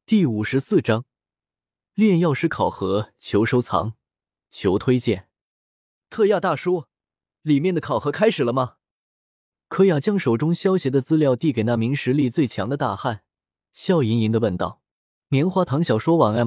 第54章炼药师考核，求收藏，求推荐。特亚大叔，里面的考核开始了吗？柯雅将手中萧协的资料递给那名实力最强的大汉，笑盈盈地问道。棉花糖小说网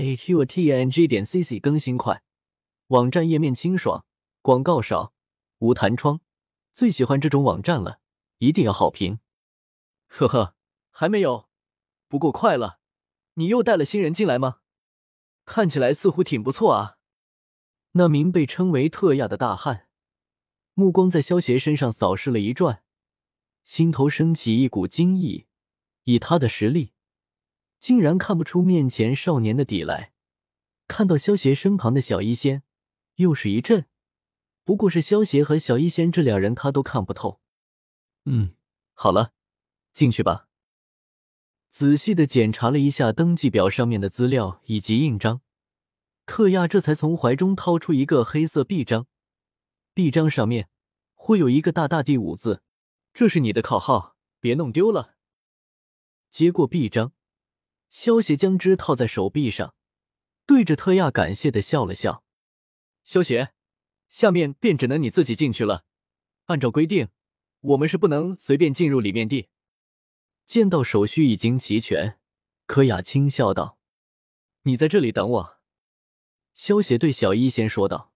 minaqtng.cc 更新快，网站页面清爽，广告少，无弹窗，最喜欢这种网站了，一定要好评。呵呵，还没有，不过快了。你又带了新人进来吗？看起来似乎挺不错啊。那名被称为特亚的大汉，目光在萧协身上扫视了一转，心头升起一股惊异，以他的实力，竟然看不出面前少年的底来。看到萧协身旁的小医仙，又是一震，不过是萧协和小医仙这两人他都看不透。好了，进去吧。仔细地检查了一下登记表上面的资料以及印章，特亚这才从怀中掏出一个黑色臂章，臂章上面会有一个大大第5字，这是你的考号，别弄丢了。接过臂章，萧协将之套在手臂上，对着特亚感谢地笑了笑。萧协，下面便只能你自己进去了，按照规定，我们是不能随便进入里面的。见到手续已经齐全，柯雅轻笑道：“你在这里等我。”萧协对小医仙说道：“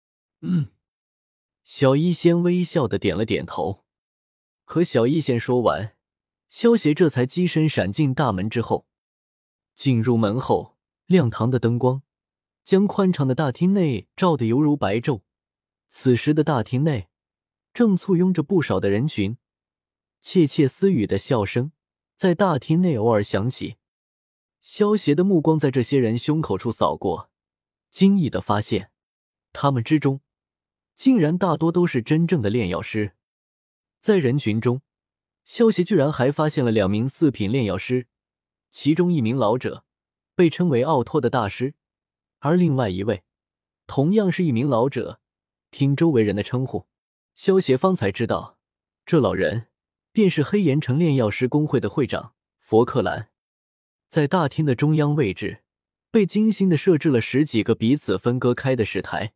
小医仙微笑的点了点头。和小医仙说完，萧协这才机身闪进大门之后。进入门后，亮堂的灯光将宽敞的大厅内照得犹如白昼。此时的大厅内正簇拥着不少的人群，窃窃私语的笑声在大厅内偶尔响起。萧协的目光在这些人胸口处扫过，惊异地发现，他们之中竟然大多都是真正的炼药师。在人群中，萧协居然还发现了2名4品炼药师，其中一名老者被称为奥托的大师，而另外一位同样是一名老者，听周围人的称呼，萧协方才知道，这老人便是黑岩城炼药师公会的会长佛克兰。在大厅的中央位置，被精心地设置了10几个彼此分割开的石台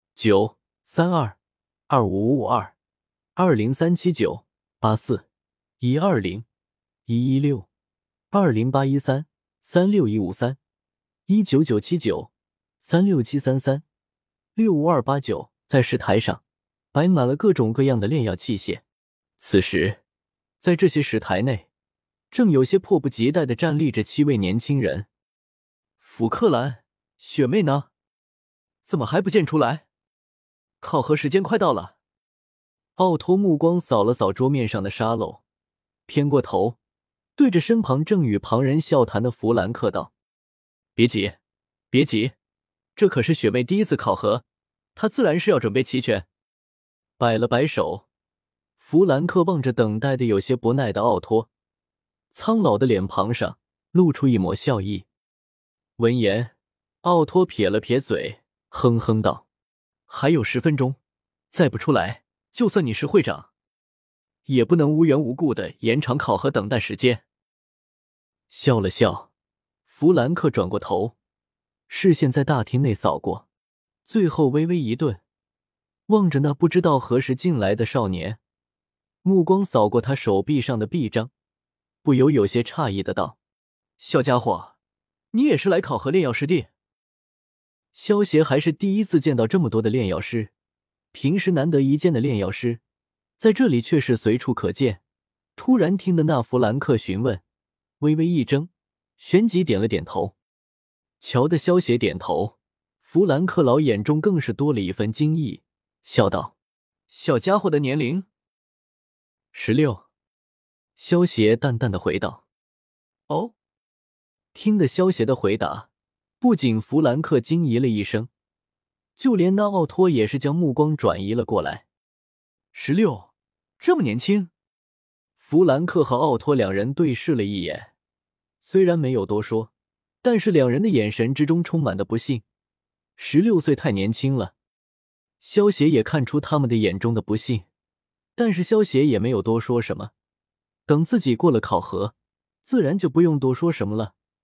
，9、32、2552、20379、84、120、116、20813、36153、19979、36733、65289。在石台上摆满了各种各样的炼药器械。此时，在这些石台内，正有些迫不及待地站立着7位年轻人。福克兰，雪妹呢？怎么还不见出来？考核时间快到了。奥托目光扫了扫桌面上的沙漏，偏过头，对着身旁正与旁人笑谈的弗兰克道：“别急，别急，这可是雪妹第一次考核，她自然是要准备齐全。”摆了摆手，弗兰克望着等待的有些不耐的奥托，苍老的脸庞上露出一抹笑意。闻言，奥托撇了撇嘴，哼哼道：“还有10分钟，再不出来，就算你是会长，也不能无缘无故的延长考核等待时间。”笑了笑，弗兰克转过头，视线在大厅内扫过，最后微微一顿，望着那不知道何时进来的少年，目光扫过他手臂上的臂章，不由有些诧异的道：“小家伙，你也是来考核炼药师的？”萧协还是第一次见到这么多的炼药师，平时难得一见的炼药师，在这里却是随处可见。突然听得那弗兰克询问，微微一怔，旋即点了点头。瞧得萧协点头，弗兰克老眼中更是多了一分惊异，笑道：“小家伙的年龄？16。”萧协淡淡的回道。哦。听得萧协的回答，不仅弗兰克惊疑了一声，就连那奥托也是将目光转移了过来。16，这么年轻？弗兰克和奥托两人对视了一眼，虽然没有多说，但是两人的眼神之中充满的不信。16岁太年轻了。萧协也看出他们的眼中的不信，但是萧协也没有多说什么，等自己过了考核，自然就不用多说什么了。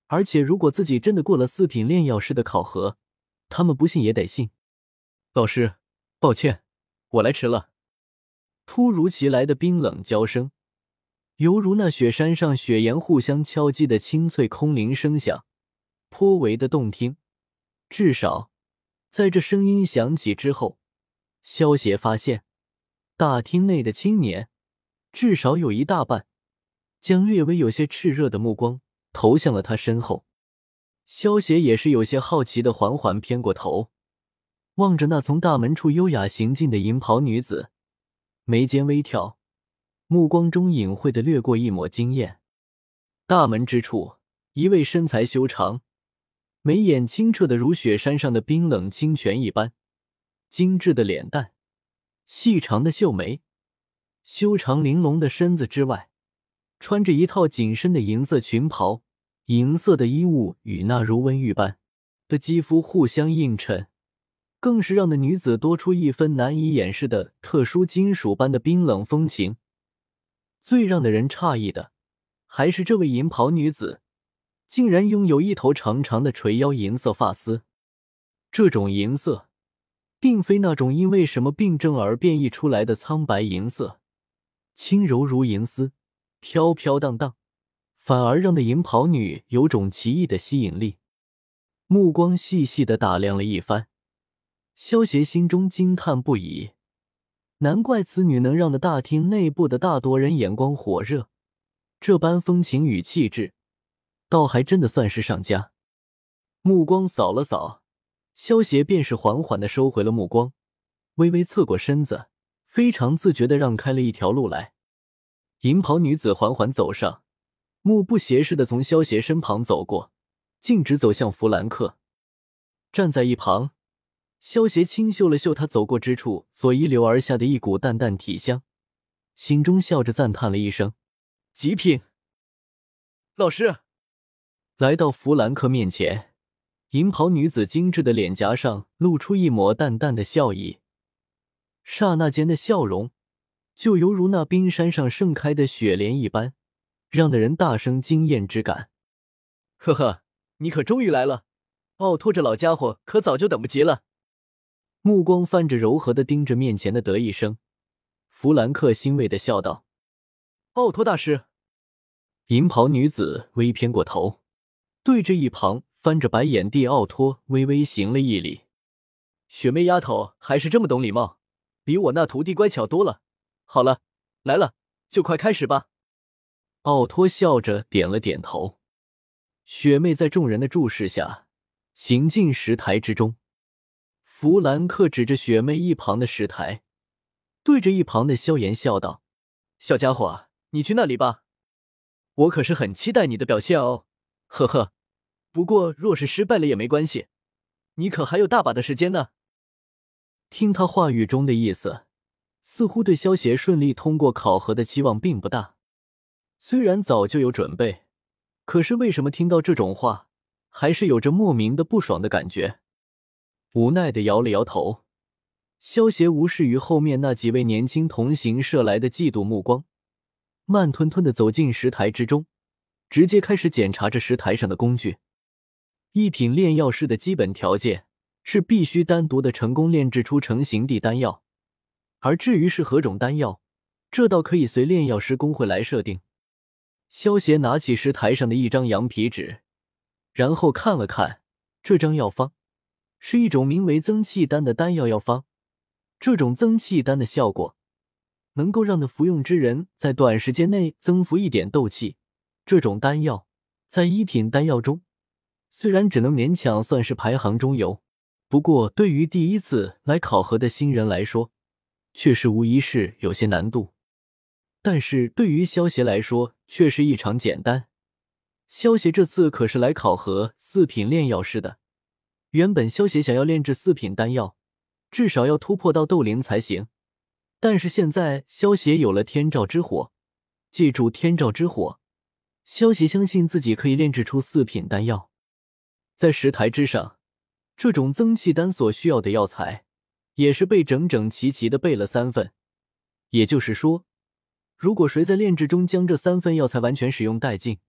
而且如果自己真的过了四品炼药师的考核，他们不信也得信。老师，抱歉，我来迟了。突如其来的冰冷娇声，犹如那雪山上雪岩互相敲击的清脆空灵声响，颇为的动听。至少在这声音响起之后，萧协发现大厅内的青年至少有一大半将略微有些炽热的目光投向了他身后。萧协也是有些好奇的缓缓偏过头，望着那从大门处优雅行进的银袍女子，眉间微挑，目光中隐晦的掠过一抹惊艳。大门之处，一位身材修长，眉眼清澈的如雪山上的冰冷清泉一般，精致的脸蛋，细长的秀眉，修长玲珑的身子之外，穿着一套紧身的银色裙袍，银色的衣物与那如温玉般的肌肤互相映衬，更是让那女子多出一分难以掩饰的特殊金属般的冰冷风情。最让的人诧异的，还是这位银袍女子竟然拥有一头长长的垂腰银色发丝。这种银色并非那种因为什么病症而变异出来的苍白银色，轻柔如银丝，飘飘荡荡，反而让那银袍女有种奇异的吸引力。目光细细地打量了一番，萧协心中惊叹不已，难怪此女能让那大厅内部的大多人眼光火热，这般风情与气质，倒还真的算是上佳。目光扫了扫，萧协便是缓缓地收回了目光，微微侧过身子，非常自觉地让开了一条路来。银袍女子缓缓走上，目不斜视地从萧协身旁走过，径直走向弗兰克。站在一旁，萧协轻嗅了嗅他走过之处所遗留而下的一股淡淡体香，心中笑着赞叹了一声：极品。老师。来到弗兰克面前，银袍女子精致的脸颊上露出一抹淡淡的笑意，刹那间的笑容就犹如那冰山上盛开的雪莲一般，让得人大生惊艳之感。呵呵，你可终于来了，奥托这老家伙可早就等不及了。目光泛着柔和地盯着面前的得意生，弗兰克欣慰地笑道：奥托大师。银袍女子微偏过头，对着一旁翻着白眼地奥托微微行了一礼。雪妹丫头还是这么懂礼貌，比我那徒弟乖巧多了。好了，来了，就快开始吧。奥托笑着点了点头。雪妹在众人的注视下行进石台之中。弗兰克指着雪妹一旁的石台，对着一旁的萧炎笑道：小家伙，你去那里吧，我可是很期待你的表现哦，呵呵。不过若是失败了也没关系，你可还有大把的时间呢。听他话语中的意思，似乎对萧协顺利通过考核的期望并不大。虽然早就有准备，可是为什么听到这种话，还是有着莫名的不爽的感觉。无奈地摇了摇头，萧协无视于后面那几位年轻同行射来的嫉妒目光，慢吞吞地走进石台之中，直接开始检查着石台上的工具。一品炼药师的基本条件是必须单独的成功炼制出成型地丹药，而至于是何种丹药，这倒可以随炼药师公会来设定。萧协拿起石台上的一张羊皮纸，然后看了看这张药方，是一种名为增气丹的丹药药方。这种增气丹的效果能够让那服用之人在短时间内增幅一点斗气。这种丹药在一品丹药中虽然只能勉强算是排行中游，不过对于第一次来考核的新人来说，确实无疑是有些难度。但是对于萧协来说却是异常简单。萧协这次可是来考核四品炼药师的，原本萧协想要炼制四品丹药，至少要突破到斗灵才行。但是现在萧协有了天照之火，借助天照之火，萧协相信自己可以炼制出四品丹药。在石台之上，这种增气丹所需要的药材也是被整整齐齐地备了3份。也就是说，如果谁在炼制中将这3份药材完全使用殆尽，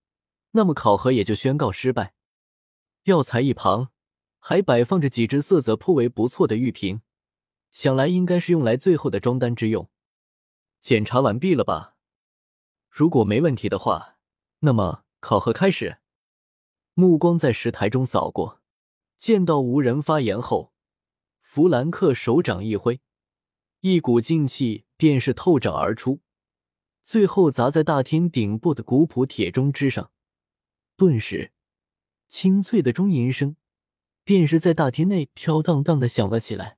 那么考核也就宣告失败。药材一旁还摆放着几只色泽颇为不错的玉瓶，想来应该是用来最后的装丹之用。检查完毕了吧？如果没问题的话，那么考核开始。目光在石台中扫过，见到无人发言后，弗兰克手掌一挥，一股劲气便是透掌而出，最后砸在大厅顶部的古朴铁钟之上。顿时清脆的钟吟声便是在大厅内飘荡荡的响了起来。